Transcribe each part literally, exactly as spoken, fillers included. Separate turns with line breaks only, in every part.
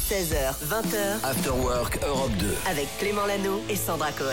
seize heures, vingt heures.
After Work Europe deux.
Avec Clément Lanoux et Sandra Cohen.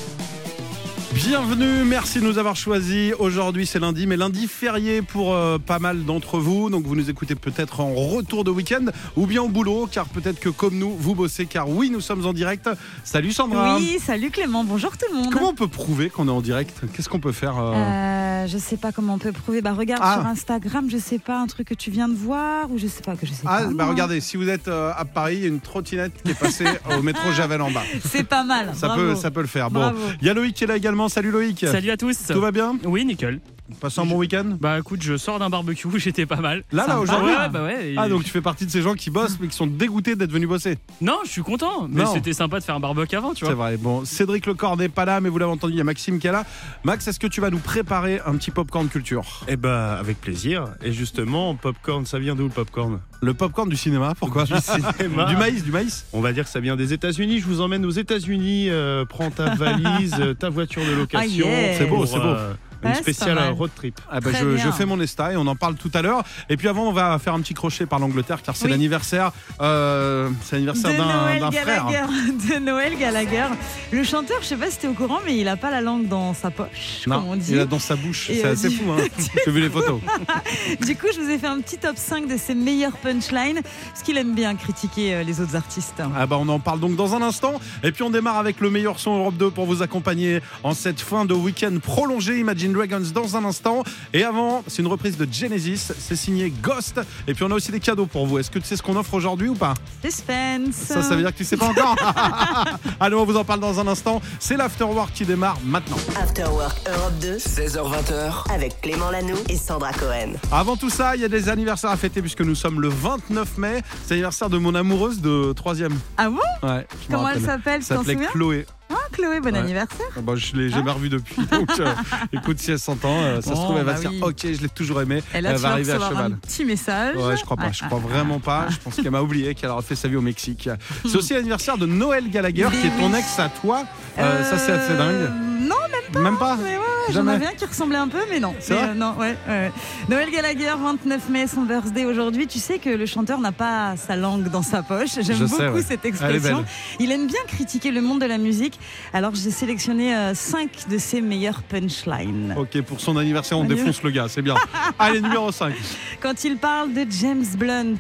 Bienvenue, merci de nous avoir choisis. Aujourd'hui c'est lundi, mais lundi férié pour euh, pas mal d'entre vous. Donc vous nous écoutez peut-être en retour de week-end ou bien au boulot, car peut-être que comme nous, vous bossez, car oui, nous sommes en direct. Salut Sandra.
Oui, salut Clément, bonjour tout le monde.
Comment on peut prouver qu'on est en direct ? Qu'est-ce qu'on peut faire euh...
Euh, Je sais pas comment on peut prouver. Bah regarde
Ah.
sur Instagram, je sais pas, un truc que tu viens de voir ou je sais pas que je sais
Ah
pas.
bah
moi.
regardez, si vous êtes euh, à Paris, il y a une trottinette qui est passée au métro Javel en bas.
C'est pas mal.
Ça
bravo.
peut, ça peut le faire. Bon,
Bravo.
il y a Loïc qui est là également. Salut Loïc.
Salut à tous.
Tout va bien ?
Oui, nickel.
Passez un bon week-end ?
Bah écoute, je sors d'un barbecue, j'étais pas mal.
Là, là,
Sympa.
aujourd'hui
Ouais, bah ouais. et-
Ah donc tu fais partie de ces gens qui bossent mais qui sont dégoûtés d'être venus bosser.
Non, je suis content, mais
Non.
c'était sympa de faire un barbecue avant, tu
C'est
vois.
vrai. Bon, Cédric Lecor n'est pas là, mais vous l'avez entendu, il y a Maxime qui est là. Max, est-ce que tu vas nous préparer un petit popcorn culture ?
Eh ben, avec plaisir. Et justement, popcorn, ça vient d'où le popcorn ?
Le popcorn du cinéma, pourquoi ?
Du cinéma.
Du maïs, du maïs.
On va dire que ça vient des États-Unis. Je vous emmène aux États-Unis. Euh, prends ta valise, euh, ta voiture de location.
Ah, yeah.
C'est beau,
pour,
c'est beau.
euh,
Ouais,
une
c'est
spéciale
pas mal.
road trip.
Ah bah
Très
je,
bien.
je fais mon Insta et on en parle tout à l'heure. Et puis avant, on va faire un petit crochet par l'Angleterre car c'est
Oui.
l'anniversaire, euh, c'est l'anniversaire
De
d'un,
Noël
d'un frère.
Gallagher. De Noël Gallagher. Le chanteur, je sais pas si t'es au courant, mais il a pas la langue dans sa poche, comme on
Non,
dit.
il a dans sa bouche.
Et,
C'est
euh,
assez
du-
fou, hein. J'ai vu les photos.
Du coup, je vous ai fait un petit top cinq de ses meilleurs punchlines, parce qu'il aime bien critiquer euh, les autres artistes.
Ah bah on en parle donc dans un instant. Et puis on démarre avec le meilleur son Europe deux pour vous accompagner en cette fin de week-end prolongé. Imagine Dragons dans un instant. Et avant, c'est une reprise de Genesis. C'est signé Ghost. Et puis on a aussi des cadeaux pour vous. Est-ce que tu sais ce qu'on offre aujourd'hui ou pas ?
Suspense.
Ça, ça veut dire que tu sais pas encore. Allez, on vous en parle dans un instant. C'est l'Afterwork qui démarre maintenant.
After Work Europe deux.
seize heures, vingt heures.
Avec Clément Lanoux et Sandra Cohen.
Avant tout ça, il y a des anniversaires à fêter puisque nous sommes le vingt-neuf mai. C'est l'anniversaire de mon amoureuse de troisième.
Ah bon ?
Ouais, je me
Comment elle
rappelle.
s'appelle, tu t'en
s'appelait
souviens ?
Chloé.
Ah, Chloé, bon
Ouais.
anniversaire.
Ah bah, je l'ai jamais revue depuis. Donc, euh, écoute, si elle s'entend, euh, ça se
Bon,
trouve, elle va
bah
se dire
oui.
ok, je l'ai toujours aimé.
Et là,
elle
tu
va
vas
arriver à
recevoir
cheval.
un petit message.
Ouais, je crois pas, je crois vraiment pas. Je pense qu'elle m'a oublié, qu'elle aura fait sa vie au Mexique. C'est aussi l'anniversaire de Noël Gallagher, qui est ton ex à toi. Euh, ça, c'est assez dingue.
Non, même pas.
Même pas.
Mais ouais, ouais, j'en
Jamais.
avais un qui ressemblait un peu, mais non.
C'est
Mais,
vrai
euh, non, ouais, ouais. Noël Gallagher, vingt-neuf mai, son birthday aujourd'hui. Tu sais que le chanteur n'a pas sa langue dans sa poche. J'aime
Je
beaucoup
sais, ouais.
cette
Elle est
expression.
belle.
Il aime bien critiquer le monde de la musique. Alors j'ai sélectionné cinq de ses meilleurs punchlines.
Ok, pour son anniversaire, on
Adieu.
défonce le gars, c'est bien. Allez, numéro cinq.
Quand il parle de James Blunt.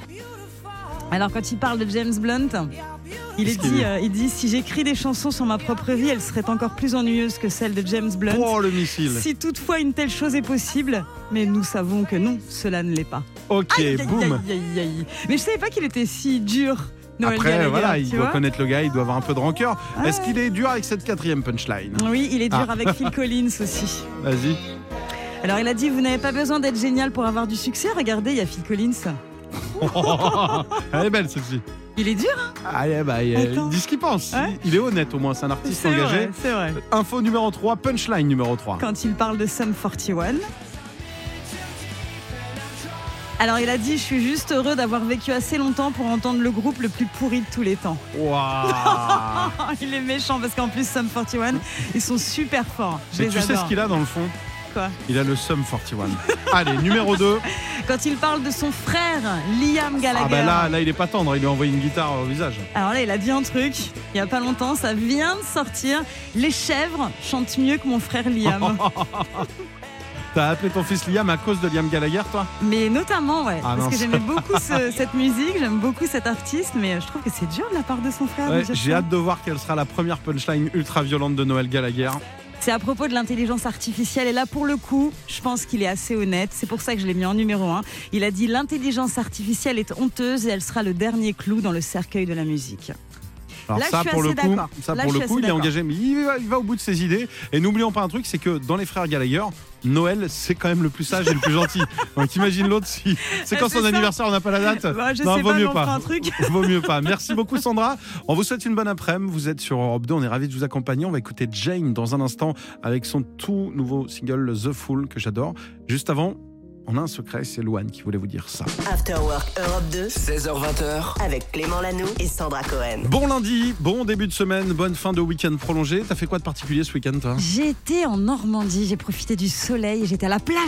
Alors quand il parle de James Blunt, il, est
Qu'est-ce qu'il
dit,
dit
euh, il dit si j'écris des chansons sur ma propre vie, elles seraient encore plus ennuyeuses que celles de James Blunt.
Oh, le missile.
Si toutefois une telle chose est possible, mais nous savons que non, cela ne l'est pas.
Ok,
Aïe, aïe,
boum.
aïe, aïe, aïe. Mais je savais pas qu'il était si dur, Noël
Après,
Gallagher,
voilà, il
tu
doit
vois.
connaître le gars, il doit avoir un peu de rancœur.
Ah
Est-ce
ouais.
qu'il est dur avec cette quatrième punchline ?
Oui, il est dur
Ah.
avec Phil Collins aussi.
Vas-y.
Alors il a dit, vous n'avez pas besoin d'être génial pour avoir du succès, regardez, il y a Phil Collins.
Elle est belle celle-ci.
Il est dur, hein.
Ah, yeah, bah, il,
Attends.
il dit ce qu'il pense.
Ouais.
Il est honnête au moins, c'est un artiste
C'est
engagé.
vrai, c'est vrai.
Info numéro trois, punchline numéro trois.
Quand il parle de Sum quarante et un. Alors il a dit, je suis juste heureux d'avoir vécu assez longtemps pour entendre le groupe le plus pourri de tous les temps.
Waouh.
Il est méchant parce qu'en plus Sum quarante et un, ils sont super forts. Je
Et
les
tu sais
adore.
ce qu'il a dans le fond ?
Quoi ?
Il a le Sum quarante et un. Allez, numéro deux.
Quand il parle de son frère, Liam Gallagher.
Ah bah là, là, il est pas tendre, il lui a envoyé une guitare au visage.
Alors là, il a dit un truc, il y a pas longtemps, ça vient de sortir. Les chèvres chantent mieux que mon frère Liam.
T'as appelé ton fils Liam à cause de Liam Gallagher, toi ?
Mais notamment, ouais.
Ah
parce
non,
que
ça-
j'aimais beaucoup ce- cette musique, j'aime beaucoup cet artiste, mais je trouve que c'est dur de la part de son frère. de
Ouais,
dire
j'ai
ça.
hâte de voir quelle sera la première punchline ultra violente de Noël Gallagher.
C'est à propos de l'intelligence artificielle. Et là, pour le coup, je pense qu'il est assez honnête. C'est pour ça que je l'ai mis en numéro un. Il a dit, l'intelligence artificielle est honteuse et elle sera le dernier clou dans le cercueil de la musique.
Alors
Là,
ça,
je suis
pour le
assez
coup,
d'accord.
ça
Là,
pour
je
le
suis
coup,
assez
il est
d'accord.
engagé, mais il va, il va au bout de ses idées. Et n'oublions pas un truc, c'est que dans les frères Gallagher, Noël, c'est quand même le plus sage et le plus gentil. Donc imagine l'autre, si c'est quand
C'est
son
ça.
anniversaire, on n'a pas la date.
Bah, je
non,
sais
vaut
pas,
mieux
mais on
pas.
fera un truc.
Vaut mieux pas. Merci beaucoup Sandra. On vous souhaite une bonne après-midi. Vous êtes sur Europe deux. On est ravis de vous accompagner. On va écouter Jane dans un instant avec son tout nouveau single The Fool que j'adore. Juste avant, on a un secret, c'est Louane qui voulait vous dire ça.
After Work Europe deux.
seize heures, vingt heures.
Avec Clément Lanoux et Sandra Cohen.
Bon lundi, bon début de semaine, bonne fin de week-end prolongé. T'as fait quoi de particulier ce week-end, toi ?
J'étais en Normandie, j'ai profité du soleil, j'étais à la plage.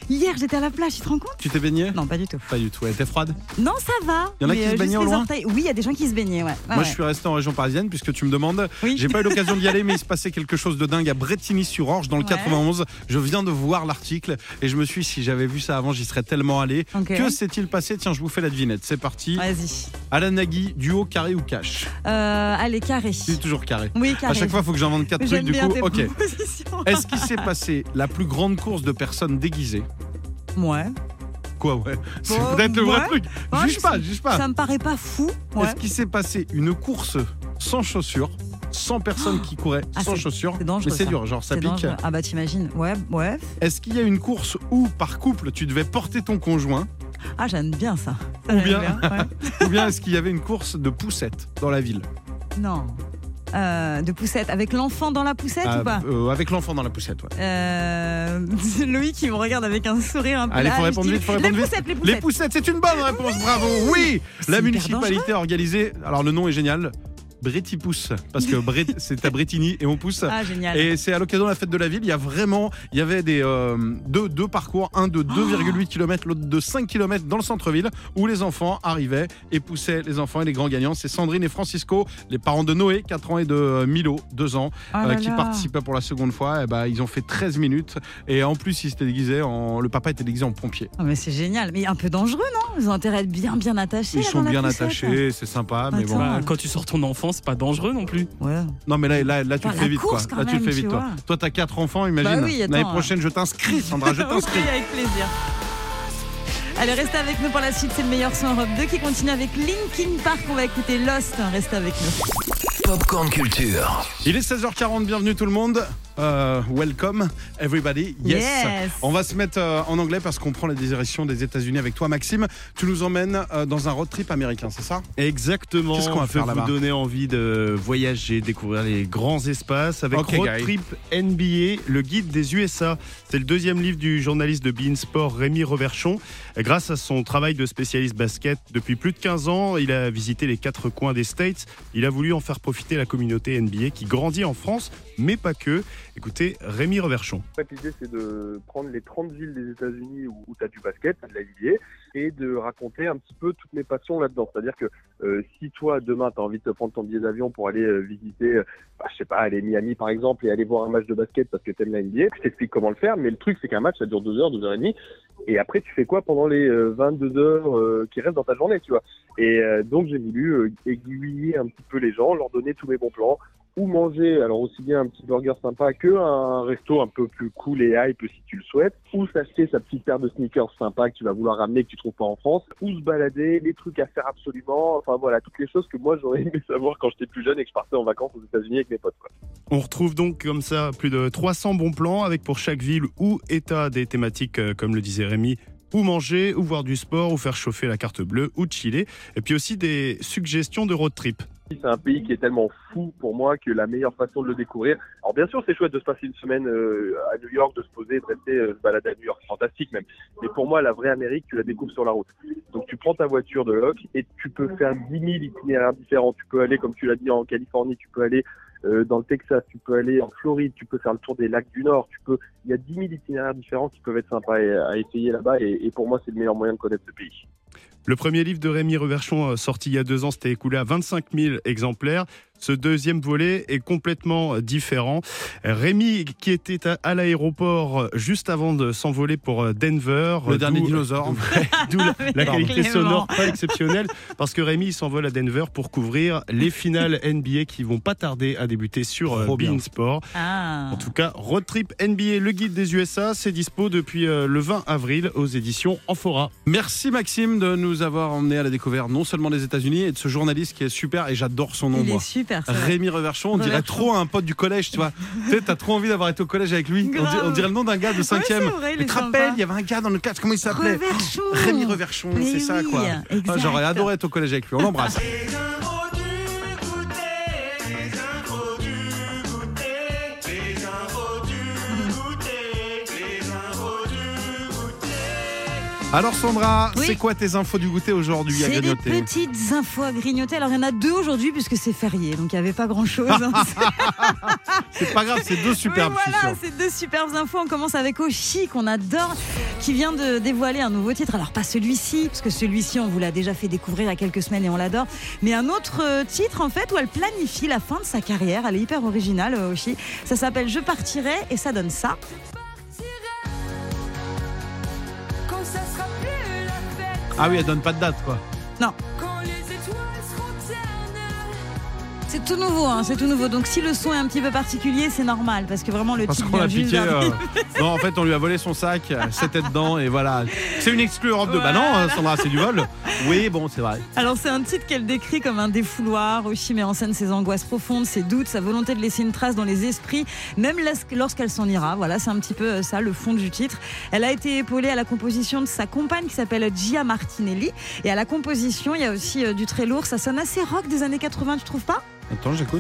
Hier, j'étais à la plage, tu te rends compte?
Tu t'es baigné?
Non, pas du tout.
Pas du tout. Elle était froide?
Non, ça va.
Il y en a
mais,
qui se
euh,
baignaient
juste
au
les
loin?
orteils. Oui, il y a des gens qui se baignaient, ouais. Ah,
Moi,
ouais.
je suis resté en région parisienne puisque tu me demandes.
Oui.
J'ai pas eu l'occasion d'y aller, mais il se passait quelque chose de dingue à Brétigny-sur-Orge dans le
Ouais.
quatre-vingt-onze. Je viens de voir l'article et je me suis dit, si j'avais vu ça avant, j'y serais tellement allé.
Ok.
Que s'est-il passé? Tiens, je vous fais la devinette. C'est parti.
Vas-y.
Alan Nagui, duo carré ou cash?
Euh, allez, carré.
C'est toujours carré.
Oui, carré.
À chaque fois, il faut que j'invente quatre trucs
J'aime
du
bien
coup.
tes
Ok.
propositions.
Est-ce qu'il s'est passé la plus grande course de personnes déguisées?
Ouais.
Quoi, ouais? C'est
Bon,
peut-être le vrai
ouais.
truc.
Ouais,
Juge pas, juge pas.
Ça me paraît pas fou. Ouais.
Est-ce qu'il s'est passé une course sans chaussures, sans personnes qui couraient
Ah,
sans
c'est-
chaussures?
c'est dangereux,
Mais c'est
ça.
dur, genre ça
C'est
pique.
dangereux. Ah bah t'imagines. Ouais, ouais.
Est-ce qu'il y a une course où, par couple, tu devais porter ton conjoint?
Ah, j'aime bien ça. Ça,
Ou
j'aime
bien-
ouais.
Ou bien est-ce qu'il y avait une course de poussettes dans la ville?
Non. Euh, de poussette. Avec l'enfant dans la poussette
Ah,
ou pas?
euh, Avec l'enfant dans la poussette, ouais.
Euh, Loïc, il me regarde avec un sourire un peu.
Allez,
là,
faut
je
répondre
dis-
vite, faut
les
répondre vite.
poussettes, les
Les
poussettes.
poussettes, c'est une bonne réponse, bravo. Oui,
C'est
la
hyper
municipalité a organisé. Alors le nom est génial. Brétipousse, parce que Bré- c'est à Brétigny et on pousse.
Ah, génial.
Et c'est à l'occasion de la fête de la ville. Il y a vraiment, il y avait des euh, deux, deux parcours, un de deux virgule huit kilomètres, l'autre de cinq kilomètres dans le centre-ville, où les enfants arrivaient et poussaient les enfants. Et les grands gagnants, c'est Sandrine et Francisco, les parents de Noé, quatre ans, et de euh, Milo, deux ans,
Ah
euh,
là
qui
là.
participaient pour la seconde fois. Et bah, ils ont fait treize minutes. Et en plus, ils s'étaient déguisés en, le papa était déguisé en pompier.
Ah, mais c'est génial. Mais un peu dangereux, non? Ils ont intérêt à être bien, bien attachés.
Ils
là,
sont
dans la
bien
poussette.
attachés, c'est sympa, mais bon.
Attends.
Bah, quand tu sors ton enfant, c'est pas dangereux non plus.
Ouais.
Non, mais là, là, là tu
Bah,
le
la
fais vite, quoi.
course, quand
Là, tu le
même,
fais vite,
tu
toi.
vois.
Toi, t'as quatre enfants, imagine.
Bah oui, attends.
L'année prochaine, je t'inscris, Sandra, je t'inscris.
Oui, avec plaisir. Allez, restez avec nous pour la suite. C'est le meilleur son Europe deux qui continue avec Linkin Park. On va écouter Lost. Restez avec nous.
Popcorn Culture.
Il est seize heures quarante, bienvenue tout le monde. Euh, welcome everybody. Yes.
Yes.
On va se mettre euh, en anglais parce qu'on prend la direction des États-Unis avec toi, Maxime. Tu nous emmènes euh, dans un road trip américain, c'est ça?
Exactement.
Qu'est-ce qu'on va
On
faire
peut
là-bas?
vous donner envie de voyager, découvrir les grands espaces avec
Ok,
Road
guys.
Trip N B A, le guide des U S A. C'est le deuxième livre du journaliste de beIN Sport Rémi Reverchon. Grâce à son travail de spécialiste basket depuis plus de quinze ans, il a visité les quatre coins des States. Il a voulu en faire profiter la communauté N B A qui grandit en France, mais pas que. Écoutez, Rémi Reverchon.
En fait, l'idée, c'est de prendre les trente villes des États-Unis où, où tu as du basket, de la N B A, et de raconter un petit peu toutes mes passions là-dedans. C'est-à-dire que euh, si toi, demain, tu as envie de te prendre ton billet d'avion pour aller euh, visiter, euh, bah, je sais pas, aller Miami par exemple, et aller voir un match de basket parce que tu aimes la N B A, je t'explique comment le faire, mais le truc, c'est qu'un match, ça dure deux heures, deux heures et demie, et après, tu fais quoi pendant les euh, vingt-deux heures euh, qui restent dans ta journée, tu vois. Et euh, donc, j'ai voulu euh, aiguiller un petit peu les gens, leur donner tous mes bons plans, ou manger, alors aussi bien un petit burger sympa que un resto un peu plus cool et hype si tu le souhaites, ou s'acheter sa petite paire de sneakers sympa que tu vas vouloir ramener que tu trouves pas en France, ou se balader, les trucs à faire absolument, enfin voilà, toutes les choses que moi j'aurais aimé savoir quand j'étais plus jeune et que je partais en vacances aux États-Unis avec mes potes, quoi.
On retrouve donc comme ça plus de trois cents bons plans avec pour chaque ville ou état des thématiques, euh, comme le disait Rémi, ou manger, ou voir du sport, ou faire chauffer la carte bleue, ou chiller. Et puis aussi des suggestions de road trip.
C'est un pays qui est tellement fou pour moi que la meilleure façon de le découvrir. Alors bien sûr, c'est chouette de se passer une semaine euh, à New York, de se poser, de rester, euh, se balader à New York, fantastique même. Mais pour moi, la vraie Amérique, tu la découvres sur la route. Donc tu prends ta voiture de loc et tu peux faire dix mille itinéraires différents. Tu peux aller, comme tu l'as dit, en Californie, tu peux aller euh, dans le Texas, tu peux aller en Floride, tu peux faire le tour des lacs du Nord. Tu peux, il y a dix mille itinéraires différents qui peuvent être sympas à, à essayer là-bas. Et, et pour moi, c'est le meilleur moyen de connaître ce pays.
Le premier livre de Rémi Reverchon, euh, sorti il y a deux ans, s'était écoulé à vingt-cinq mille exemplaires. Ce deuxième volet est complètement différent. Rémi, qui était à, à l'aéroport juste avant de s'envoler pour Denver.
Le dernier
d'où-
dinosaure.
Ouais, D'où la, la
Pardon.
qualité
Clément.
sonore pas exceptionnelle. Parce que Rémi il s'envole à Denver pour couvrir les finales N B A qui vont pas tarder à débuter sur euh,
Trop bien.
beIN Sport.
Ah.
En tout cas, Road Trip N B A, le guide des U S A, c'est dispo depuis euh, le vingt avril aux éditions Amphora.
Merci Maxime de nous avoir emmenés à la découverte non seulement des États-Unis et de ce journaliste qui est super et j'adore son nom,
Il
moi.
est super. c'est vrai.
Rémi Reverchon, on dirait
Reverchon.
trop un pote du collège, tu vois. Tu sais, t'as trop envie d'avoir été au collège avec lui. On dirait,
Grave.
on dirait le nom d'un gars de cinquième.
c'est vrai, il
Tu
est
te
sympa.
rappelles, il y avait un gars dans le classe, comment il s'appelait?
Reverchon.
Rémi Reverchon,
Mais
c'est ça
oui,
quoi.
exact.
Ah, j'aurais adoré être au collège avec lui, on l'embrasse. Alors Sandra,
Oui.
c'est quoi tes infos du goûter aujourd'hui à
C'est des
grignoter?
petites infos à grignoter. Alors il y en a deux aujourd'hui puisque c'est férié, donc il n'y avait pas grand-chose. hein.
C'est pas grave, c'est deux superbes,
Oui,
je suis
voilà,
sûr.
c'est deux superbes infos. On commence avec Oshi, qu'on adore, qui vient de dévoiler un nouveau titre. Alors, pas celui-ci, parce que celui-ci, on vous l'a déjà fait découvrir il y a quelques semaines et on l'adore. Mais un autre euh, titre, en fait, où elle planifie la fin de sa carrière. Elle est hyper originale, euh, Oshi. Ça s'appelle Je partirai et ça donne ça.
Ah oui, elle donne pas de date, quoi.
C'est tout nouveau, hein, c'est tout nouveau. Donc, si le son est un petit peu particulier, c'est normal, parce que vraiment, le
Parce
titre
qu'on l'a
vient juste
piqué.
d'arriver.
euh, Non, en fait, on lui a volé son sac, c'était dedans, et voilà. C'est une exclue Europe deux. Bah non, euh, Sandra, c'est du vol. Oui, bon, c'est vrai.
Alors c'est un titre qu'elle décrit comme un défouloir. Oshi met en scène ses angoisses profondes, ses doutes, sa volonté de laisser une trace dans les esprits, même lorsqu'elle s'en ira. Voilà, c'est un petit peu ça le fond du titre. Elle a été épaulée à la composition de sa compagne qui s'appelle Gia Martinelli. Et à la composition, il y a aussi euh, du très lourd. Ça sonne assez rock des années quatre-vingts, tu trouves pas?
Attends, j'écoute.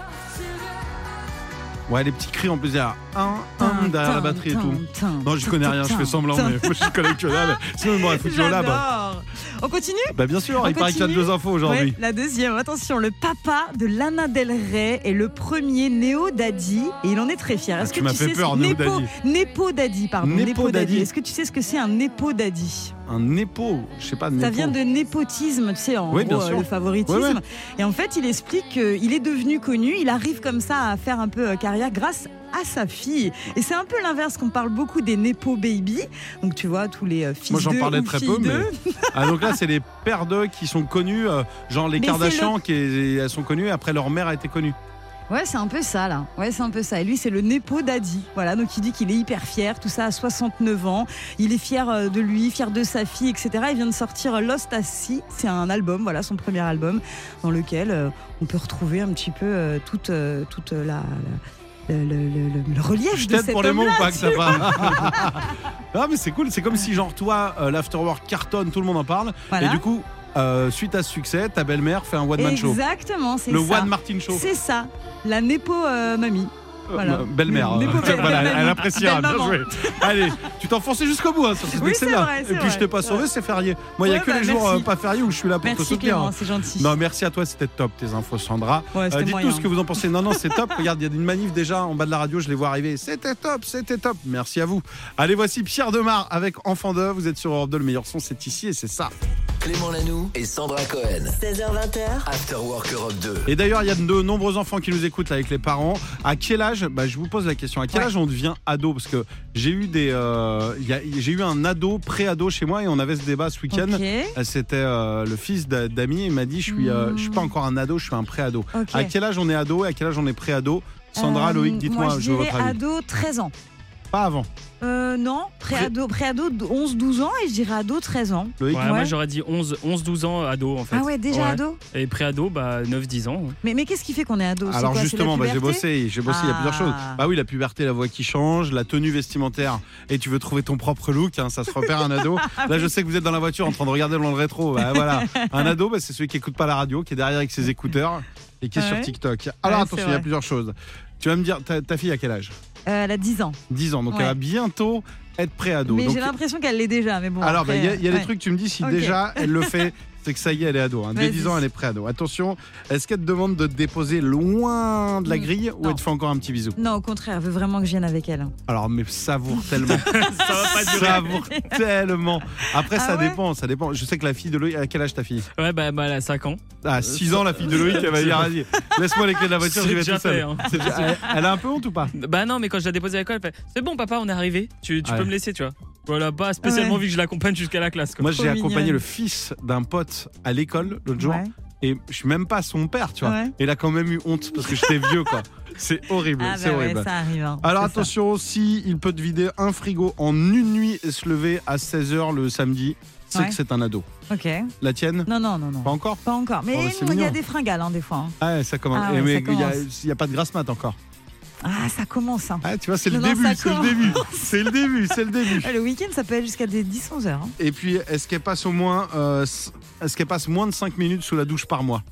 Ouais, les petits cris en plus, il y a un, un derrière la batterie et tout. Non, je connais rien, je fais semblant, mais moi je connais que dalle. Sinon, il m'aurait foutu au lab.
J'adore. On continue?
Bah bien sûr,
On
il paraît qu'il y a
continue.
deux infos aujourd'hui.
Ouais, la deuxième, attention, le papa de Lana Del Rey est le premier néo-daddy et il en est très fier. Est-ce
Ah, tu
que
m'as
tu
fait
sais
peur,
ce-
néo-daddy.
Népo, népo-daddy, pardon.
Népo-daddy.
Est-ce que tu sais ce que c'est un népo-daddy?
Un népo, je sais pas, népo.
Ça vient de népotisme, tu sais, en
Oui, bien
gros,
sûr.
euh, le favoritisme.
Ouais, ouais.
Et en fait, il explique qu'il est devenu connu, il arrive comme ça à faire un peu euh, carrière grâce à sa fille. Et c'est un peu l'inverse qu'on parle beaucoup des népo baby. Donc tu vois, tous les euh, fils
Moi j'en
d'eux
parlais
ou
très
filles
peu, mais.
d'eux.
Ah, donc là, c'est les pères d'eux qui sont connus, euh, genre les
Mais
Kardashians,
c'est
qui elles sont connues, après leur mère a été connue.
Ouais, c'est un peu ça, là. Ouais, c'est un peu ça. Et lui, c'est le Nepo Daddy. Voilà, donc il dit qu'il est hyper fier, tout ça à soixante-neuf ans. Il est fier euh, de lui, fier de sa fille, et cetera. Il vient de sortir Lost at Sea. C'est un album, voilà, son premier album, dans lequel euh, on peut retrouver un petit peu euh, toute, euh, toute la... la Le, le, le, le relief
Je
de
t'aide
cet
pour les mots ou
homme-là,
pas que
tu
ça
vois.
va. Non mais c'est cool, c'est comme si genre toi, euh, l'Afterwork cartonne, tout le monde en parle.
Voilà.
Et du coup, euh, suite à ce succès, ta belle-mère fait un one-man show.
Exactement, c'est
Le
ça.
One Martin Show.
C'est ça, la Nepo euh, mamie. Voilà.
Euh, Belle-mère.
Nepo
euh,
belle-
voilà,
belle-
elle appréciera, bien
belle maman.
joué. Allez, tu t'enfonçais jusqu'au bout hein, sur ce
Oui,
truc, c'est
c'est
bien.
vrai, c'est
Et puis je
vrai.
t'ai pas sauvé, c'est férié. Moi, il y a
Ouais,
que
bah,
les jours
merci.
euh, pas fériés où je suis là pour te
Merci
soutenir.
Clément, c'est gentil.
Non, merci à toi, c'était top tes infos, Sandra.
Ouais,
Euh,
c'était
Dites-nous
moyen.
ce que vous en pensez. Non, non, c'est top. Regarde, il y a une manif déjà en bas de la radio, je les vois arriver. C'était top, c'était top. Merci à vous. Allez, voici Pierre Demar avec Enfant d'Oeuvre. Vous êtes sur Europe deux, le meilleur son, c'est ici et c'est ça.
Clément Lanoux et Sandra Cohen.
seize heures vingt.
After Work Europe deux.
Et d'ailleurs, il y a de nombreux enfants qui nous écoutent là, avec les parents. À quel âge, bah, je vous pose la question, à quel
Ouais.
âge on devient ado? Parce que j'ai eu des, euh, il y a- j'ai eu un ado, pré-ado chez moi et on avait ce débat ce week-end.
Ok.
Euh, C'était euh, le fils d'a- d'Ami. Il m'a dit, je suis, euh, je suis pas encore un ado, je suis un pré-ado.
Ok.
À quel âge on est ado et à quel âge on est pré-ado? Sandra,
Euh,
Loïc, dites-moi,
moi, je
je veux
dirais
votre avis.
ado treize ans.
Pas avant.
Euh, non, pré-ado, pré-ado onze douze ans et je dirais ado treize ans.
Loïc,
Ouais,
Ouais.
Moi j'aurais dit onze douze ans ado en fait.
Ah ouais, déjà ado.
Et pré-ado, bah neuf dix ans.
Mais, mais qu'est-ce qui fait qu'on est ado? C'est
alors
quoi, c'est la
justement, bah, j'ai
puberté
bossé, j'ai bossé, il y a plusieurs
Ah.
choses. Bah oui, la puberté, la voix qui change, la tenue vestimentaire, et tu veux trouver ton propre look, hein, ça se repère un ado. Là, je sais que vous êtes dans la voiture en train de regarder dans le rétro. Bah, voilà, un ado, bah, c'est celui qui écoute pas la radio, qui est derrière avec ses écouteurs et qui est
Ouais.
sur TikTok. Alors
Ouais,
attention,
c'est
il y a
vrai.
plusieurs choses. Tu vas me dire, ta, ta fille à quel âge?
Euh, Elle a dix ans.
dix ans, donc
Ouais.
elle va bientôt être pré-ado.
Mais
Donc,
j'ai l'impression qu'elle l'est déjà. Mais bon,
alors, bah, il
après,
y a, il y a des
ouais.
trucs, tu me dis si
Ok.
déjà elle le fait, c'est que ça y est, elle est ado. Hein. Dès
Vas-y.
dix ans, elle est pré-ado. Attention, est-ce qu'elle te demande de te déposer loin de la
Mm,
grille ou
non.
elle te fait encore un petit bisou?
Non, au contraire, elle veut vraiment que je vienne avec elle.
Alors, mais savoure tellement.
Ça va pas durer.
Savoure tellement. Après,
Ah
ça
ouais
dépend, ça dépend. Je sais que la fille de Loïc, à quel âge ta fille?
Ouais, bah, bah elle a cinq ans.
Ah, six ans, la fille de Loïc, elle va dire, vas-y, laisse-moi les clés de la voiture,
C'est
je vais
déjà
tout seul.
fait, hein.
C'est déjà- elle, elle a un peu honte ou pas?
Bah non, mais quand je l'ai déposé à l'école, elle fait c'est bon papa, on est arrivé. Tu, tu
Ouais.
peux me laisser, tu vois. Voilà, pas spécialement
Ouais.
vu que je l'accompagne jusqu'à la classe. Quoi.
Moi,
Trop
j'ai accompagné
mignonne.
le fils d'un pote à l'école l'autre jour
Ouais.
et je suis même pas son père, tu vois.
Ouais.
Et il a quand même eu honte parce que j'étais vieux, quoi. C'est horrible,
Ah
c'est
bah
horrible.
ouais, ça arrive. hein.
Alors
C'est ça.
attention aussi, il peut te vider un frigo en une nuit et se lever à seize heures le samedi. C'est
Ouais.
que c'est un ado.
Ok.
La tienne?
Non, non, non, non.
Pas encore?
Pas encore. Mais
Oh, bah, c'est
il y
mignon.
a des fringales hein, des fois. hein.
Ah, ouais, ça commence.
Ah
Et
ouais,
mais
ça
il n'y a,
commence.
il y a pas de grasse mat encore.
Ah, ça commence. hein.
Ah, tu vois, c'est le
Non, non,
début,
ça
c'est le
commence.
début. C'est le début, c'est le début.
Ah, le week-end, ça peut être jusqu'à des dix onze heures. hein.
Et puis, est-ce qu'elle passe au moins, euh, s- est-ce qu'elle passe moins de cinq minutes sous la douche par mois?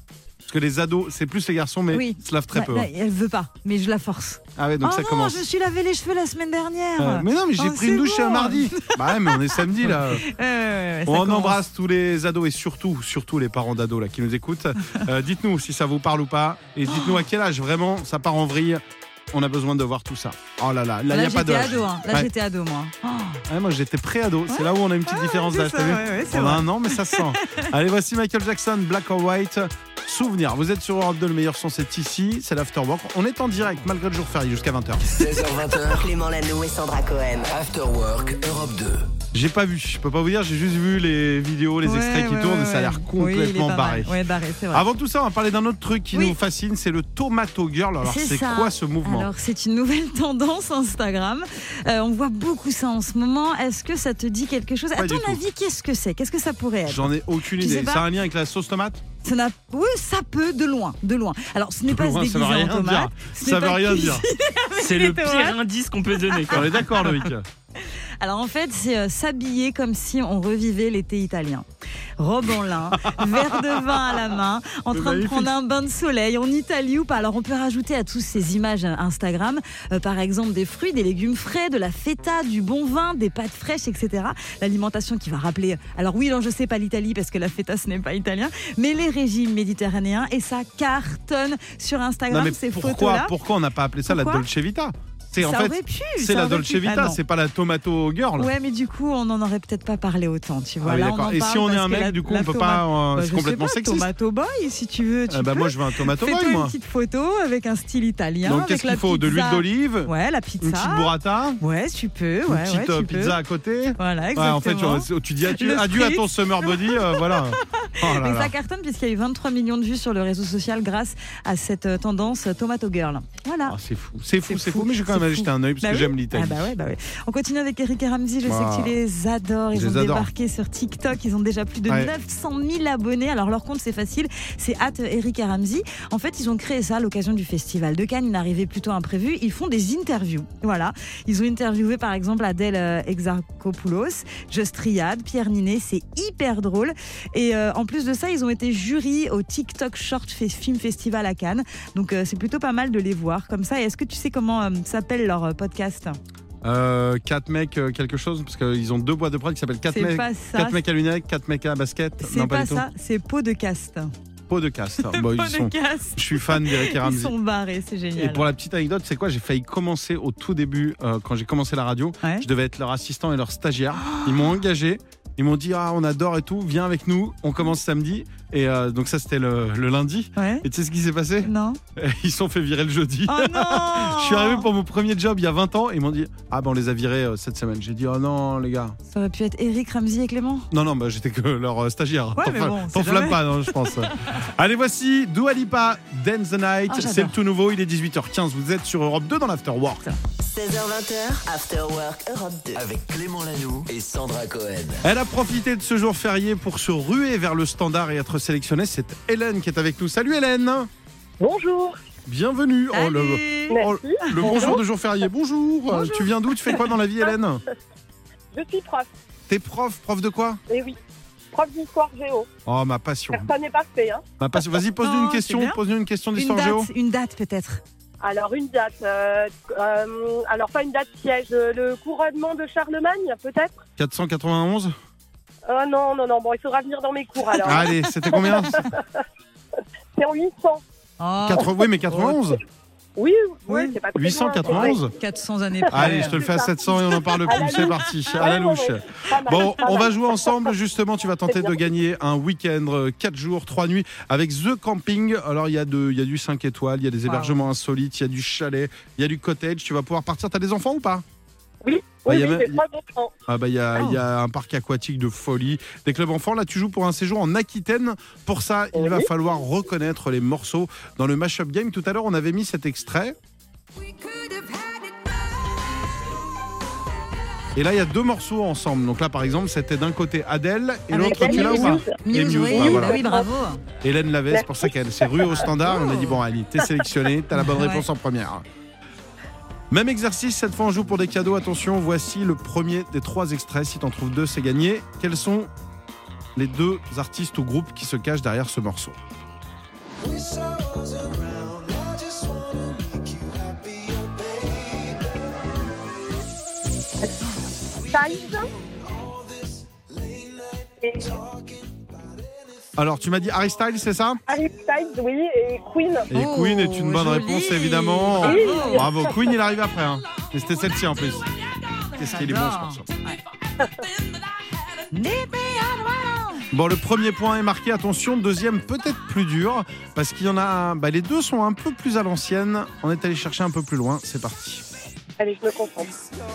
Parce que les ados, c'est plus les garçons, mais
Oui.
ils se lavent très
Bah,
peu.
là,
hein.
elle veut pas, mais je la force.
Ah ouais, donc
oh
ça
non,
commence.
je me suis lavé les cheveux la semaine dernière.
Euh, mais non, mais j'ai
Oh,
pris
c'est
une douche
bon.
un mardi. Bah ouais, mais on est samedi là.
Ouais, ouais, ouais, ça
On
commence.
embrasse tous les ados et surtout, surtout les parents d'ados là qui nous écoutent. Euh, dites-nous si ça vous parle ou pas et dites-nous à quel âge vraiment ça part en vrille. On a besoin de voir tout ça. Oh là là, là il
Là,
n'y a pas
j'étais
d'âge.
ado. Hein. Là,
Ouais.
j'étais ado, moi. Oh.
Ouais, moi j'étais pré-ado. C'est là où on a une petite différence
c'est
d'âge.
ça,
t'as vu
ouais, ouais, c'est
on a
vrai.
un an, mais ça se sent. Allez, voici Michael Jackson, Black or White. Souvenir, vous êtes sur Europe deux, le meilleur son c'est ici, c'est l'Afterwork. On est en direct malgré le jour férié jusqu'à vingt heures.
seize heures vingt.
Clément Lanoux et Sandra Cohen.
After Work Europe deux.
J'ai pas vu, je peux pas vous dire, j'ai juste vu les vidéos, les
Ouais,
extraits qui
ouais,
tournent
ouais,
et ça a l'air
ouais. Oui, il est
complètement
pas
barré.
mal. Ouais, barré, c'est vrai.
Avant tout ça, on va parler d'un autre truc qui
Oui.
nous fascine, c'est le Tomato Girl. Alors
C'est
c'est
ça.
quoi ce mouvement?
Alors, c'est une nouvelle tendance Instagram. Euh, on voit beaucoup ça en ce moment. Est-ce que ça te dit quelque chose?
Pas
À
du
ton
tout.
avis, qu'est-ce que c'est? Qu'est-ce que ça pourrait être?
J'en ai aucune
Tu sais
idée.
pas
Ça a un lien avec la sauce tomate?
Ça n'a... Oui, ça peut, de loin, de loin. Alors, ce n'est pas se
Loin, ça
déguiser
veut rien
en tomate.
dire.
ce
Ça
n'est
veut
pas
rien
cuisiner
dire.
C'est
les
le pire
tomates.
indice qu'on peut donner. quoi.
On est d'accord, Loïc?
Alors en fait, c'est euh, s'habiller comme si on revivait l'été italien. Robe en lin, verre de vin à la main, en
C'est
train de
magnifique.
prendre un bain de soleil en Italie ou pas. Alors on peut rajouter à tous ces images Instagram, euh, par exemple des fruits, des légumes frais, de la feta, du bon vin, des pâtes fraîches, et cetera. L'alimentation qui va rappeler. Alors oui, non, je sais pas l'Italie parce que la feta ce n'est pas italien, mais les régimes méditerranéens et ça cartonne sur
Non
Instagram
mais
ces
pourquoi,
photos-là.
pourquoi on n'a pas appelé ça
Pourquoi
la Dolce Vita? C'est en
Ça
fait,
aurait pu,
c'est
ça
la
aurait
Dolce
pu.
Vita,
Ah non.
c'est pas la Tomato Girl.
Ouais, mais du coup, on n'en aurait peut-être pas parlé autant, tu vois.
Ah oui,
Là, on
d'accord.
en
Et
parle
si on est
parce
un
que
mec,
la-
du coup,
la
on peut
tomate-
pas. euh,
Bah,
c'est
je
complètement
sais pas,
sexiste.
Tomato boy, si tu veux. Tu
Ah bah
peux.
moi je veux un Tomato
Fais-toi
Boy,
une
moi.
petite photo avec un style italien.
Donc
avec
qu'est-ce
la
qu'il faut? De l'huile
pizza.
d'olive,
Ouais, la pizza.
une petite burrata,
Ouais, tu peux.
une
Ouais,
petite
ouais,
euh,
tu
pizza
peux.
à côté.
Voilà,
Ouais,
exactement.
en fait, genre, tu dis adieu,
Le
adieu à
spritz.
ton summer body, euh, voilà. Oh là
Mais
là.
ça cartonne puisqu'il y a eu vingt-trois millions de vues sur le réseau social grâce à cette euh, tendance euh, Tomato Girl. Voilà.
Ah, c'est fou, c'est fou,
C'est
c'est
fou,
fou, mais j'ai quand même
c'est
allé
fou.
jeter un œil parce
Bah
que
oui.
j'aime l'Italie.
Ah bah ouais, bah ouais. On continue avec Eric et Ramsey, je
Wow.
sais que tu les adores. Ils
Je
ont
les adore.
débarqué sur TikTok, ils ont déjà plus de
Ouais.
neuf cent mille abonnés. Alors leur compte c'est facile, c'est at Eric et Ramsey. En fait, ils ont créé ça à l'occasion du festival de Cannes, une arrivée plutôt imprévue. Ils font des interviews. Voilà. Ils ont interviewé par exemple Adèle euh, Exarchopoulos, Just Riyad, Pierre Ninet, c'est hyper drôle. Et euh, en plus de ça, ils ont été jury au TikTok Short Film Festival à Cannes. Donc euh, c'est plutôt pas mal de les voir comme ça. Et est-ce que tu sais comment euh, s'appelle leur euh, podcast?
Euh, quatre mecs euh, quelque chose parce qu'ils ont deux boîtes de prod qui s'appellent quatre
C'est
mecs,
pas ça.
quatre mecs à lunettes, quatre mecs à basket.
C'est
Non
pas,
du tout.
ça, c'est pot de cast.
Pot de cast. Bon, ils
Pot
sont-
de cast.
Je suis fan d'Eric et
Ils
Ramsey.
sont barrés, c'est génial.
Et pour la petite anecdote, c'est quoi? J'ai failli commencer au tout début, euh, quand j'ai commencé la radio.
Ouais.
Je devais être leur assistant et leur stagiaire. Ils m'ont engagé. Ils m'ont dit ah on adore et tout, viens avec nous. On commence samedi. Et euh, donc ça c'était le, le lundi.
Ouais.
Et tu sais ce qui s'est passé?
Non.
Ils se sont fait virer le jeudi.
Oh non.
Je suis arrivé pour mon premier job il y a vingt ans et ils m'ont dit ah ben on les a virés euh, cette semaine. J'ai dit oh non les gars.
Ça aurait pu être Eric, Ramsey et Clément.
Non non bah j'étais que leur euh, stagiaire.
Ouais,
T'en
mais
fla-
bon, on sait
t'enflamme
jamais.
pas non je pense. Allez voici Dua Lipa, Dance the Night.
Ah, j'adore.
C'est le tout nouveau. Il est dix-huit heures quinze. Vous êtes sur Europe deux dans l'Afterwork.
seize heures vingt, After Work Europe deux.
Avec Clément Lanoux et Sandra Cohen.
Elle a profité de ce jour férié pour se ruer vers le standard et être sélectionnée. C'est Hélène qui est avec nous. Salut Hélène.
Bonjour.
Bienvenue. Oh, le,
Salut.
oh,
Merci.
le bonjour de jour férié. Bonjour. Euh, Tu viens d'où? Tu fais quoi dans la vie Hélène?
Je suis prof.
T'es prof. Prof de quoi?
Et oui. Prof d'histoire géo.
Oh ma passion.
Personne n'est parfait. Hein.
Ma passion. Vas-y pose-nous
Oh,
une
c'est
question.
bien.
Pose-nous une question
Une
d'histoire
date,
géo.
une date peut-être.
Alors, une date. euh, euh, alors, pas une date piège. euh, Le couronnement de Charlemagne, peut-être.
quatre cent quatre-vingt-onze.
Oh non, non, non. Bon, il faudra venir dans mes cours alors.
Allez, c'était combien?
C'est en huit cents.
Oh,
quatre... Oui mais quatre-vingt-onze.
Oui, oui,
Oui.
c'est pas très
huit cent
loin, c'est
quatre-vingt-onze.
quatre cents années près.
Allez, je te le fais à sept cents et on n'en parle plus. C'est parti. À la louche.
vrai. Pas mal,
Bon,
pas
on
mal.
va jouer ensemble. Justement, tu vas tenter
C'est bien.
de gagner un week-end, euh, quatre jours, trois nuits avec The Camping. Alors, il y a de, il y a du cinq étoiles, il y a des
Wow.
hébergements insolites, il y a du chalet, il y a du cottage. Tu vas pouvoir partir. T'as des enfants ou pas?
Oui,
Bah,
oui,
il y a
oui,
même-
j'ai trois enfants.
Ah bah il y a, il y a un parc aquatique de folie, des clubs enfants. Là, tu joues pour un séjour en Aquitaine. Pour ça, il
Oui.
va falloir reconnaître les morceaux dans le mashup game. Tout à l'heure, on avait mis cet extrait. Et là, il y a deux morceaux ensemble. Donc là, par exemple, c'était d'un côté Adèle et
Avec
l'autre, tu l'as ou pas?
Muse.
Et
Muse,
Muse,
oui,
bah, voilà.
oui, bravo.
Hélène l'avait, c'est pour ça qu'elle s'est ruée au standard. On a dit, bon, allez, t'es sélectionnée, t'as la bonne
Ouais.
réponse en première. Même exercice, cette fois on joue pour des cadeaux. Attention, voici le premier des trois extraits. Si t'en trouves deux, c'est gagné. Quels sont les deux artistes ou groupes qui se cachent derrière ce morceau?
Styles. Et
Alors, tu m'as dit Harry Styles, c'est ça?
Harry Styles, oui, et Queen.
Et
Oh,
Queen est une bonne
joli.
réponse, évidemment.
Oui.
Bravo, Queen, il arrive après. Hein. Et c'était celle-ci en plus. Qu'est-ce qu'il est bon ce morceau. Bon, le premier point est marqué. Attention, deuxième peut-être plus dur. Parce qu'il y en a. Bah, les deux sont un peu plus à l'ancienne. On est allé chercher un peu plus loin. C'est parti.
Allez, je me concentre.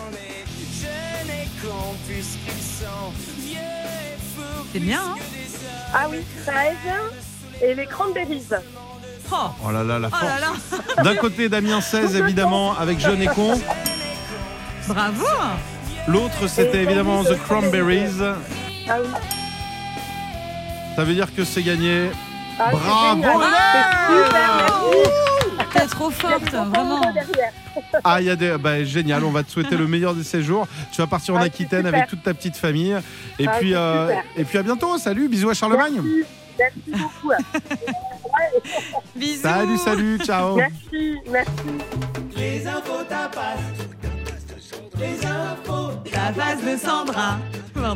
C'est bien, hein?
Ah oui, treize. Et les Cranberries.
Oh,
Oh là là, la
oh
force.
là là.
D'un côté, Damien seize, évidemment, avec Jeune et Con.
Bravo.
L'autre, c'était
Et
évidemment The
Cranberries.
Cranberries.
Ah oui.
Ça veut dire que c'est gagné.
Ah, c'est
Bravo,
génial. C'est super, merci.
T'es trop forte, vraiment.
Derrière.
Ah, il y a des. Bah, génial, on va te souhaiter le meilleur des séjours. Tu vas partir en
Ah,
Aquitaine
c'est super.
avec toute ta petite famille. Et,
Ah,
puis,
c'est
euh,
super.
et puis à bientôt. Salut, bisous à Charlemagne.
Merci. Merci beaucoup.
Bisous.
Salut, salut, ciao.
Merci, merci.
La vase de Sandra. Pardon.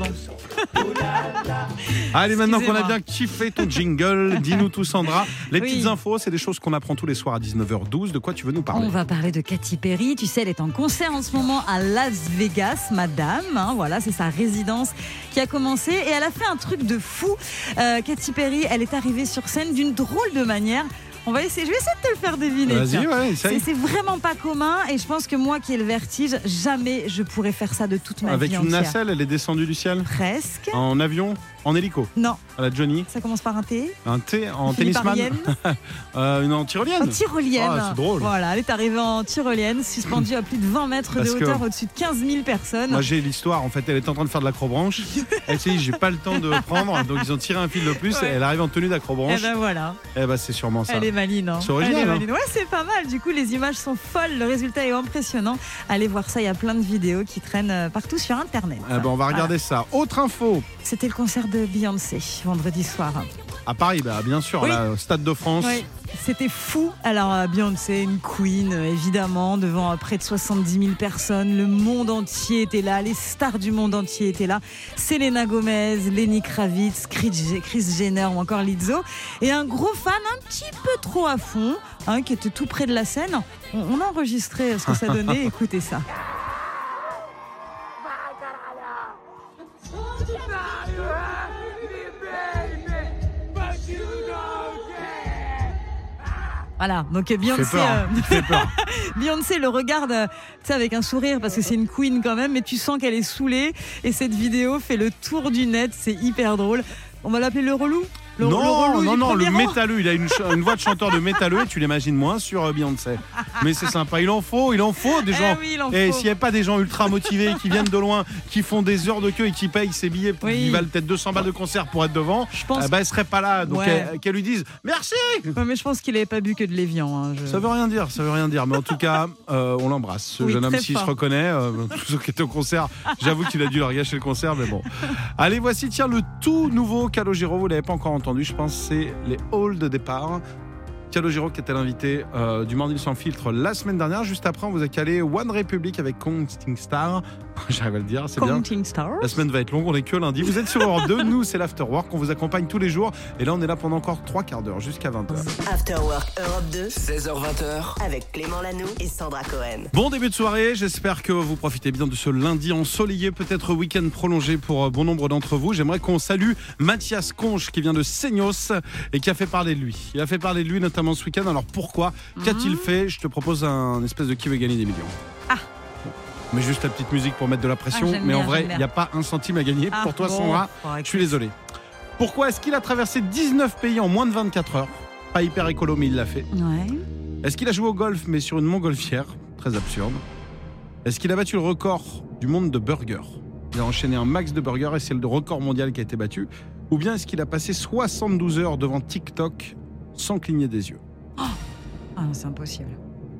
Allez, maintenant qu'on a
Excusez-moi.
bien kiffé ton jingle, dis-nous tout, Sandra. Les
Oui.
petites infos, c'est des choses qu'on apprend tous les soirs à dix-neuf heures douze. De quoi tu veux nous parler?
On va parler de Katy Perry. Tu sais, elle est en concert en ce moment à Las Vegas, madame. Hein, voilà, c'est sa résidence qui a commencé. Et elle a fait un truc de fou. Euh, Katy Perry, elle est arrivée sur scène d'une drôle de manière. On va essayer, je vais essayer de te le faire deviner.
Vas-y,
tiens.
ouais,
C'est,
essaye.
c'est vraiment pas commun. Et je pense que moi qui ai le vertige, jamais je pourrais faire ça de toute ma
Avec
vie
une
entière.
nacelle, elle est descendue du ciel.
Presque.
En avion, en hélico.
Non,
À la Johnny.
ça commence par un T.
Un T en
Finit par
tennisman.
Yen.
Euh, une en tyrolienne.
En tyrolienne.
Ah, c'est drôle.
Voilà, elle est arrivée en tyrolienne, suspendue à plus de vingt mètres
Parce
de
que-
hauteur, au-dessus de quinze mille personnes.
Moi j'ai l'histoire, en fait elle était en train de faire de l'acrobranche. Elle s'est dit j'ai pas le temps de prendre, donc ils ont tiré un fil de plus
Ouais.
et elle arrive en tenue
Et
d'acrobranche.
ben voilà,
Eh ben c'est sûrement ça.
elle est maline. Hein.
C'est original,
Elle est
hein.
maline. Ouais, c'est pas mal. Du coup, les images sont folles, le résultat est impressionnant. Allez voir ça, il y a plein de vidéos qui traînent euh, partout sur Internet.
Eh ben, on va
Voilà.
regarder ça. Autre info.
C'était le concert de Beyoncé vendredi soir.
À Paris, bah, bien sûr,
Oui.
là, au Stade de France.
Oui, c'était fou. Alors, euh, Beyoncé, une queen, euh, évidemment, devant euh, près de soixante-dix mille personnes. Le monde entier était là, les stars du monde entier étaient là. Selena Gomez, Lenny Kravitz, Chris Chris Jenner ou encore Lizzo. Et un gros fan un petit peu trop à fond, hein, qui était tout près de la scène. On, on a enregistré ce que ça donnait. Écoutez ça. Voilà, donc Beyoncé,
Fait peur.
euh,
Fait peur.
Beyoncé le regarde euh, tu sais, avec un sourire parce que c'est une queen quand même, mais tu sens qu'elle est saoulée. Et cette vidéo fait le tour du net, c'est hyper drôle. On va l'appeler le relou le, le
non,
relou
non,
du
non, le
premier rang.
métalleux, il a une, ch- une voix de chanteur de métalleux et tu l'imagines moins sur euh, Beyoncé. Mais c'est sympa, il en faut, il en faut des
Eh
gens.
oui, il en
Et
faut.
s'il n'y a pas des gens ultra motivés qui viennent de loin, qui font des heures de queue et qui payent ses billets,
Oui.
qui valent peut-être deux cents balles de concert pour être devant,
Je pense
eh ben, elle serait pas là. Donc
Ouais.
qu'elle, qu'elle lui dise merci.
Ouais, mais je pense qu'il n'avait pas bu que de l'Évian. Hein, je-
Ça veut rien dire, ça veut rien dire. Mais en tout cas, euh, on l'embrasse. Ce
Oui,
jeune homme,
très
s'il
fort.
se reconnaît, euh, tous ceux qui étaient au concert, j'avoue qu'il a dû leur gâcher le concert, mais bon. Allez, voici, tiens, le tout nouveau Calogero. Vous l'avez pas encore entendu, je pense, c'est les halls de départ. Calogero qui était l'invité euh, du Morning sans filtre la semaine dernière. Juste après, on vous a calé One Republic avec Counting Star. J'arrive à le dire, c'est bien.
Counting Stars.
La semaine va être longue, on est que lundi. Vous êtes sur Europe deux, nous c'est l'Afterwork, on vous accompagne tous les jours. Et là, on est là pendant encore trois quarts d'heure, jusqu'à vingt heures.
After Work Europe deux
seize heures vingt heures.
avec Clément Lanoux et Sandra Cohen.
Bon début de soirée, j'espère que vous profitez bien de ce lundi ensoleillé, peut-être week-end prolongé pour euh, bon nombre d'entre vous. J'aimerais qu'on salue Mathias Conche qui vient de Seignos et qui a fait parler de lui. Il a fait parler de lui notamment ce week-end. Alors pourquoi? Qu'a-t-il fait? Je te propose un espèce de qui veut gagner des millions.
Ah.
Mais juste la petite musique pour mettre de la pression.
Ah, j'aime
mais en
bien,
vrai,
j'aime
il
bien.
n'y a pas un centime à gagner.
Ah,
pour toi,
bon.
Sandra,
Bon,
je suis désolé. Pourquoi est-ce qu'il a traversé dix-neuf pays en moins de vingt-quatre heures? Pas hyper écolo, mais il l'a fait.
Ouais.
Est-ce qu'il a joué au golf mais sur une montgolfière? Très absurde. Est-ce qu'il a battu le record du monde de burgers? Il a enchaîné un max de burgers et c'est le record mondial qui a été battu. Ou bien est-ce qu'il a passé soixante-douze heures devant TikTok sans cligner des yeux?
Ah non, c'est impossible.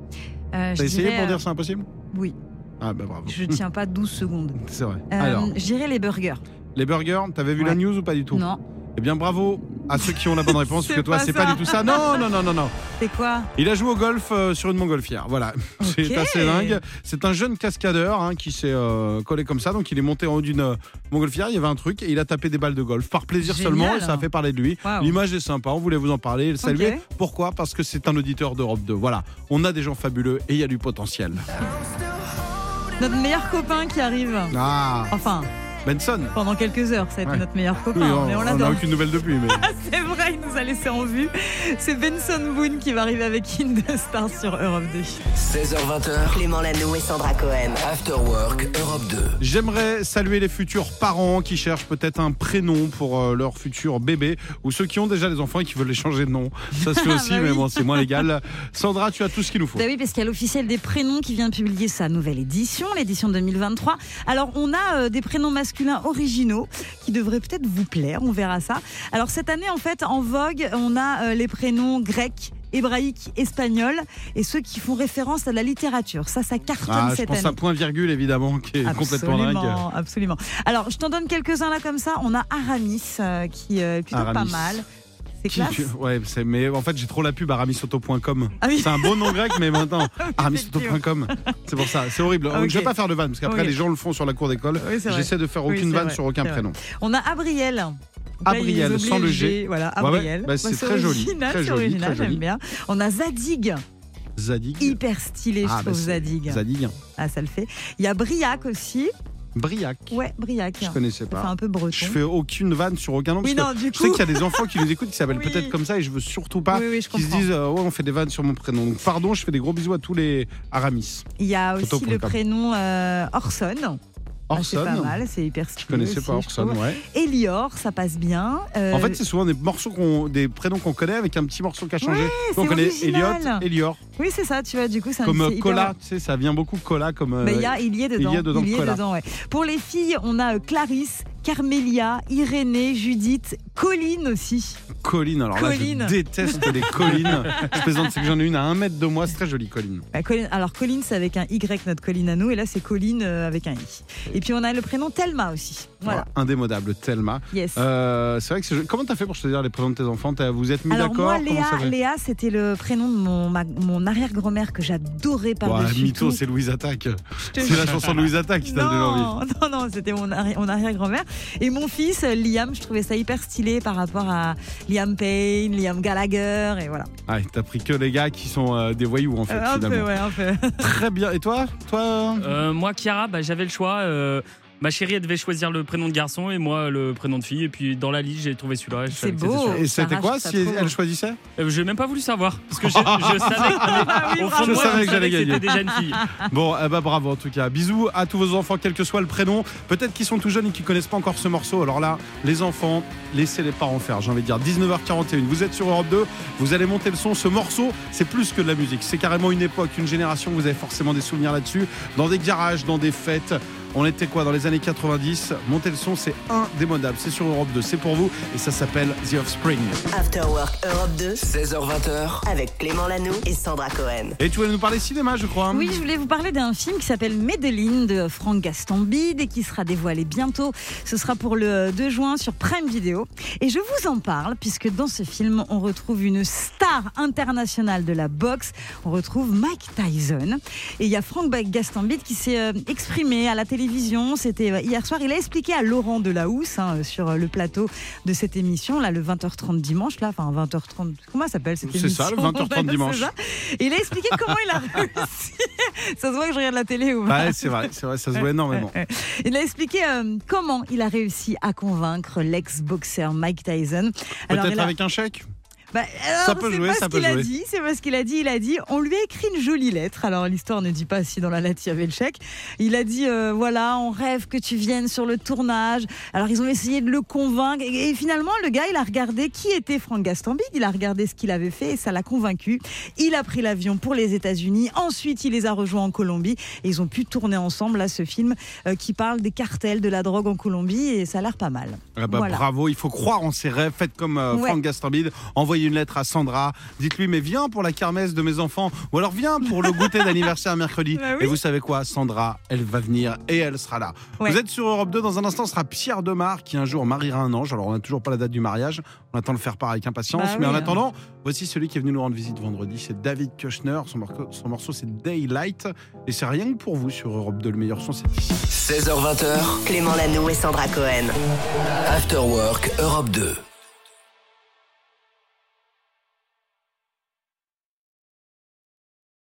Euh, je
T'as essayé
dirais,
pour
euh,
dire c'est impossible?
Oui,
Ah bah bravo.
je tiens pas douze secondes.
C'est vrai.
Euh,
Alors,
je dirais les burgers.
les burgers, t'avais vu
Ouais.
la news ou pas du tout?
Non.
Eh bien bravo, à ceux qui ont la bonne réponse, parce
C'est
que toi,
pas
c'est
ça.
pas du tout ça. Non, non, non, non, non.
C'est quoi?
Il a joué au golf euh, sur une montgolfière. Voilà, c'est
Ok.
assez dingue. C'est un jeune cascadeur hein, qui s'est euh, collé comme ça. Donc il est monté en haut d'une euh, montgolfière. Il y avait un truc et il a tapé des balles de golf par plaisir
Génial.
seulement. Et ça a fait parler de lui.
Waouh.
L'image est sympa. On voulait vous en parler, le saluer.
Ok.
Pourquoi? Parce que c'est un auditeur d'Europe deux. Voilà, on a des gens fabuleux et il y a du potentiel.
Notre meilleur copain qui arrive.
Ah,
Enfin,
Benson.
pendant quelques heures, ça a été
Ouais.
notre meilleur
Oui,
copain.
on
mais on
on n'a
l'adore.
aucune nouvelle depuis. Mais...
C'est vrai, il nous a laissé en vue. C'est Benson Boone qui va arriver avec Indestar sur Europe deux.
seize heures vingt.
Clément Lanoux et Sandra Cohen.
After Work Europe deux.
J'aimerais saluer les futurs parents qui cherchent peut-être un prénom pour euh, leur futur bébé ou ceux qui ont déjà des enfants et qui veulent les changer de nom. Ça se fait aussi,
Bah
mais
oui.
bon, c'est moins légal. Sandra, tu as tout ce qu'il nous faut.
Bah oui, parce qu'il y a l'officiel des prénoms qui vient de publier sa nouvelle édition, l'édition deux mille vingt-trois. Alors, on a euh, des prénoms masculins originaux qui devraient peut-être vous plaire, on verra ça. Alors, cette année, en fait, en vogue, on a euh, les prénoms grecs, hébraïques, espagnols et ceux qui font référence à la littérature. Ça, ça cartonne
Ah, je
cette
pense
année.
à point virgule évidemment qui est complètement dingue.
Absolument, absolument. Alors, je t'en donne quelques-uns là comme ça. On a Aramis euh, qui euh, est plutôt
Aramis.
pas mal. C'est
Qui-
classe.
qui- ouais, c'est- mais en fait j'ai trop la pub aramisauto point com.
Ah oui.
C'est un beau nom grec, mais maintenant aramisauto point com. C'est pour ça, c'est horrible.
Ok.
Je vais pas faire de vanne parce qu'après
Ok.
les gens le font sur la cour d'école.
Oui, c'est vrai.
J'essaie de faire
Oui,
aucune
c'est
vanne
vrai,
sur aucun
c'est vrai.
prénom.
On a Abriel. Donc là,
Abriel,
ils oublient
sans le
le
G.
Voilà,
Ouais, ouais.
Abriel.
Bah, c'est très joli,
original,
très
c'est
joli,
original,
très joli.
j'aime bien. On a Zadig,
Zadig.
hyper stylé,
Ah,
je
bah,
trouve
c'est-
Zadig.
Zadig.
Ah, ça le fait. Il y a Briac aussi.
Briac.
Ouais, Briac.
Je connaissais
Ça fait
pas.
un peu breton.
Je fais aucune vanne sur aucun nom.
Oui,
parce
non,
que
du
je sais
coup.
qu'il y a des enfants qui nous écoutent qui s'appellent
Oui.
peut-être comme ça et je veux surtout pas
Oui, oui, je
qu'ils se
comprends.
disent euh, ouais, on fait des vannes sur mon prénom. Donc pardon, je fais des gros bisous à tous les Aramis.
Il y a aussi
Photo point
le
com.
prénom euh, Orson. Ah, c'est
Orson.
pas mal, c'est hyper stylé.
Je connaissais
aussi,
pas
je
Orson,
trouve.
ouais.
Elior, ça passe bien. Euh,
En fait, c'est souvent des morceaux qu'on, des prénoms qu'on connaît avec un petit morceau qui a changé.
Ouais,
on
c'est
connaît
original.
Elliot, Elior,
oui, c'est ça, tu vois, du coup, c'est un
comme
c'est
euh,
hyper-
Cola, tu sais, ça vient beaucoup Cola comme. euh,
Mais il y a, il y est dedans.
il y est dedans, Cola.
dedans, ouais. Pour les filles, on a euh, Clarisse, Carmélia, Irénée, Judith, Colline aussi.
Colline. Alors
Colline.
là, je déteste les collines. Je plaisante, c'est que j'en ai une à un mètre de moi, c'est très joli, Colline.
Bah, Colline- alors Colline, c'est avec un Y, notre Colline à nous, et là c'est Colline euh, avec un I. Et puis on a le prénom Thelma aussi. Voilà.
Voilà, indémodable, Thelma.
Yes.
Euh, c'est vrai que c'est joli. Comment t'as fait pour choisir les prénoms de tes enfants? T'as- Vous êtes mis
Alors
d'accord?
moi,
Comment
Léa,
ça fait
Léa, c'était le prénom de mon, ma- mon arrière-grand-mère que j'adorais
Ouais,
par-dessus
mytho,
tout.
c'est Louise Attaque.
Je te
C'est la chanson de Louise Attaque qui t'a donné envie.
Non, non, non, c'était mon, arri- mon arrière-grand-mère. Et mon fils, euh, Liam, je trouvais ça hyper stylé par rapport à Liam Payne, Liam Gallagher, et voilà.
Ah, t'as pris que les gars qui sont euh, des voyous en fait.
Euh, un
finalement.
peu, ouais, un peu.
Très bien. Et toi, toi
Euh, moi, Chiara, bah, j'avais le choix. euh, ma chérie, elle devait choisir le prénom de garçon et moi le prénom de fille. Et puis dans la liste, j'ai trouvé celui-là. et je
C'est
savais que c'était
beau.
celui-là.
Et c'était
ça
quoi
arrache, ça
si
trouve.
elle choisissait?
Euh, J'ai même pas voulu savoir parce que j'ai- je savais,
Ah oui,
au fond
bravo.
de moi,
Je savais que
je
j'allais
savais
gagner.
c'était déjà une fille.
Bon, eh ben, bravo en tout cas. Bisous à tous vos enfants, quel que soit le prénom. Peut-être qu'ils sont tout jeunes et qu'ils connaissent pas encore ce morceau. Alors là, les enfants, laissez les parents faire. J'ai envie de dire dix-neuf heures quarante et un. Vous êtes sur Europe deux. Vous allez monter le son. Ce morceau, c'est plus que de la musique. C'est carrément une époque, une génération. Vous avez forcément des souvenirs là-dessus. Dans des garages, dans des fêtes. On était quoi dans les années quatre-vingt-dix? Montez le son, c'est indémodable. C'est sur Europe deux. C'est pour vous et ça s'appelle The Offspring.
After Work Europe deux
seize heures vingt.
avec Clément Lanoux et Sandra Cohen.
Et tu voulais nous parler cinéma, je crois.
Oui, je voulais vous parler d'un film qui s'appelle Medellin de Franck Gastambide et qui sera dévoilé bientôt. Ce sera pour le deux juin sur Prime Video. Et je vous en parle puisque dans ce film, on retrouve une star internationale de la boxe. On retrouve Mike Tyson. Et il y a Franck Gastambide qui s'est euh, exprimé à la télévision. C'était hier soir. Il a expliqué à Laurent Delahousse hein, sur le plateau de cette émission, là, le vingt heures trente dimanche. Là, enfin, vingt heures trente. Comment ça s'appelle cette
C'est
émission?
ça, le vingt heures trente
C'est
dimanche.
ça. Et il a expliqué comment il a réussi. Ça se voit que je regarde la télé ou pas?
Ouais, c'est vrai, c'est vrai, ça se voit énormément.
Ouais, ouais. Il a expliqué euh, comment il a réussi à convaincre l'ex-boxeur Mike Tyson. Alors,
Peut-être
il a-
avec un chèque?
Bah, alors,
Ça peut
c'est
jouer,
pas
ça
ce
peut
qu'il a
jouer.
dit, c'est pas ce qu'il a dit. Il a dit, on lui a écrit une jolie lettre. Alors l'histoire ne dit pas si dans la lettre il y avait le chèque. Il a dit, euh, voilà, on rêve que tu viennes sur le tournage. Alors ils ont essayé de le convaincre et, et finalement le gars, il a regardé qui était Franck Gastambide. Il a regardé ce qu'il avait fait et ça l'a convaincu. Il a pris l'avion pour les États-Unis. Ensuite, il les a rejoints en Colombie et ils ont pu tourner ensemble là ce film euh, qui parle des cartels de la drogue en Colombie et ça a l'air pas mal.
Ah bah,
Voilà.
Bravo, il faut croire en ses rêves. Faites comme euh,
Ouais.
Franck Gastambide. Envoyez envoyez une lettre à Sandra. Dites-lui, mais viens pour la kermesse de mes enfants. Ou alors viens pour le goûter d'anniversaire mercredi.
Bah oui.
Et vous savez quoi, Sandra, elle va venir et elle sera là.
Ouais.
Vous êtes sur Europe deux. Dans un instant, ce sera Pierre Demar qui un jour mariera un ange. Alors, on n'a toujours pas la date du mariage. On attend de le faire part avec impatience.
Bah
mais
oui,
en
hein.
attendant, voici celui qui est venu nous rendre visite vendredi. C'est David Kushner. Son morceau, son morceau c'est Daylight. Et c'est rien que pour vous sur Europe deux. Le meilleur son, c'est ici.
seize heures vingt.
Clément Lanoux et Sandra Cohen.
After Work Europe deux.